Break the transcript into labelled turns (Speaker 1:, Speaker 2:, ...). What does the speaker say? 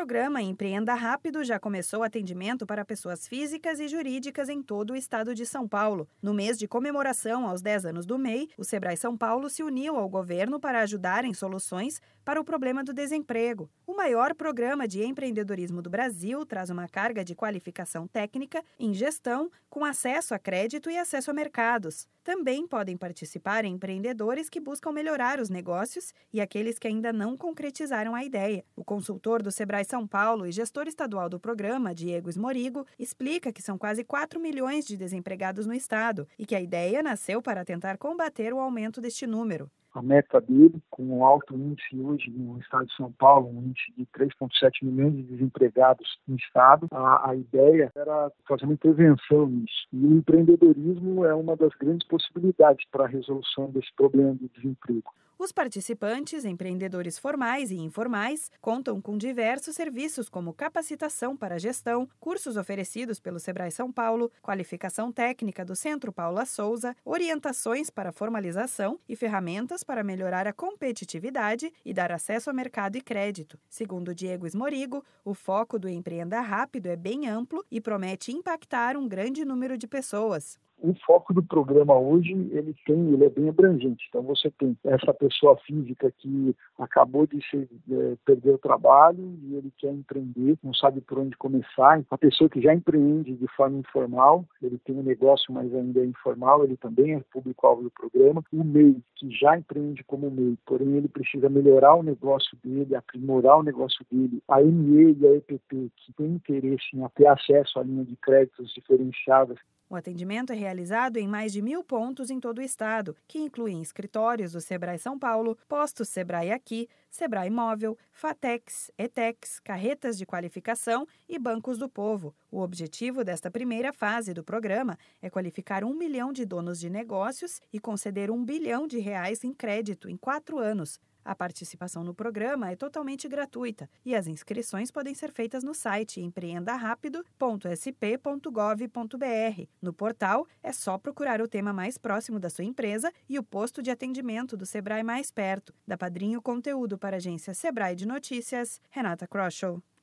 Speaker 1: programa Empreenda Rápido já começou atendimento para pessoas físicas e jurídicas em todo o estado de São Paulo. No mês de comemoração aos 10 anos do MEI, o Sebrae São Paulo se uniu ao governo para ajudar em soluções para o problema do desemprego. O maior programa de empreendedorismo do Brasil traz uma carga de qualificação técnica em gestão, com acesso a crédito e acesso a mercados. Também podem participar empreendedores que buscam melhorar os negócios e aqueles que ainda não concretizaram a ideia. O consultor do Sebrae São Paulo e gestor estadual do programa, Diego Smorigo, explica que são quase 4 milhões de desempregados no estado e que a ideia nasceu para tentar combater o aumento deste número.
Speaker 2: A meta dele, com um alto índice hoje no estado de São Paulo, um índice de 3,7 milhões de desempregados no estado, a ideia era fazer uma intervenção nisso. E o empreendedorismo é uma das grandes possibilidades para a resolução desse problema do desemprego.
Speaker 1: Os participantes, empreendedores formais e informais, contam com diversos serviços como capacitação para gestão, cursos oferecidos pelo Sebrae São Paulo, qualificação técnica do Centro Paula Souza, orientações para formalização e ferramentas para melhorar a competitividade e dar acesso ao mercado e crédito. Segundo Diego Smorigo, o foco do Empreenda Rápido é bem amplo e promete impactar um grande número de pessoas.
Speaker 2: O foco do programa hoje, ele é bem abrangente. Então, você tem essa pessoa física que acabou de perder o trabalho e ele quer empreender, não sabe por onde começar. A pessoa que já empreende de forma informal, ele tem um negócio, mas ainda é informal, ele também é público-alvo do programa. O MEI, que já empreende como MEI, porém ele precisa melhorar o negócio dele, aprimorar o negócio dele. A ME e a EPP, que tem interesse em ter acesso à linha de créditos diferenciadas.
Speaker 1: O atendimento é realizado em mais de 1.000 pontos em todo o estado, que incluem escritórios do Sebrae São Paulo, postos Sebrae Aqui, Sebrae Móvel, Fatex, Etex, carretas de qualificação e bancos do povo. O objetivo desta primeira fase do programa é qualificar 1 milhão de donos de negócios e conceder R$ 1 bilhão em crédito em 4 anos. A participação no programa é totalmente gratuita e as inscrições podem ser feitas no site empreendarápido.sp.gov.br. No portal, é só procurar o tema mais próximo da sua empresa e o posto de atendimento do Sebrae mais perto. Da Padrinho Conteúdo para a agência Sebrae de Notícias, Renata Kroschel.